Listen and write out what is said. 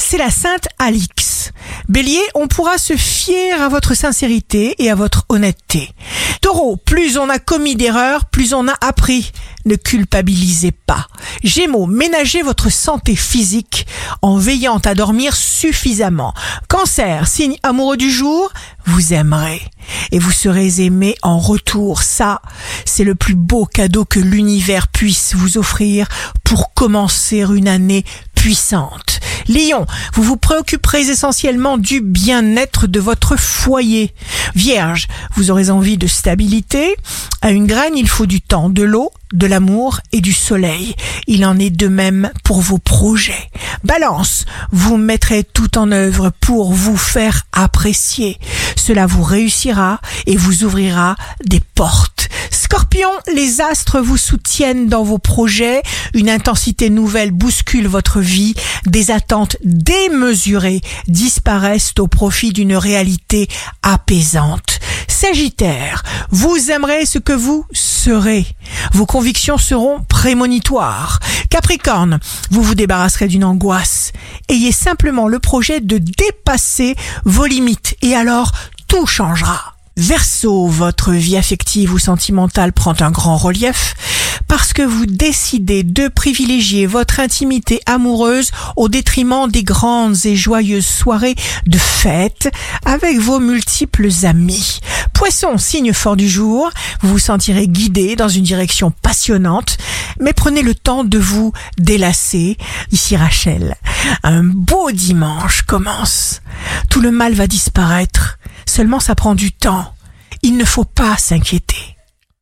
c'est la Sainte Alix. Bélier, on pourra se fier à votre sincérité et à votre honnêteté. Taureau, plus on a commis d'erreurs, plus on a appris. Ne culpabilisez pas. Gémeaux, ménagez votre santé physique en veillant à dormir suffisamment. Cancer, signe amoureux du jour, vous aimerez et vous serez aimé en retour. Ça, c'est le plus beau cadeau que l'univers puisse vous offrir pour commencer une année puissante. Lion, vous vous préoccuperez essentiellement du bien-être de votre foyer. Vierge, vous aurez envie de stabilité. À une graine, il faut du temps, de l'eau, de l'amour et du soleil. Il en est de même pour vos projets. Balance, vous mettrez tout en œuvre pour vous faire apprécier. Cela vous réussira et vous ouvrira des portes. Scorpion, les astres vous soutiennent dans vos projets. Une intensité nouvelle bouscule votre vie. Des attentes démesurées disparaissent au profit d'une réalité apaisante. Sagittaire, vous aimerez ce que vous serez. Vos convictions seront prémonitoires. Capricorne, vous vous débarrasserez d'une angoisse. Ayez simplement le projet de dépasser vos limites et alors tout changera. Verseau, votre vie affective ou sentimentale prend un grand relief parce que vous décidez de privilégier votre intimité amoureuse au détriment des grandes et joyeuses soirées de fête avec vos multiples amis. Poisson, signe fort du jour, vous vous sentirez guidé dans une direction passionnante, mais prenez le temps de vous délasser. Ici Rachel, un beau dimanche commence. Tout le mal va disparaître. Seulement ça prend du temps. Il ne faut pas s'inquiéter.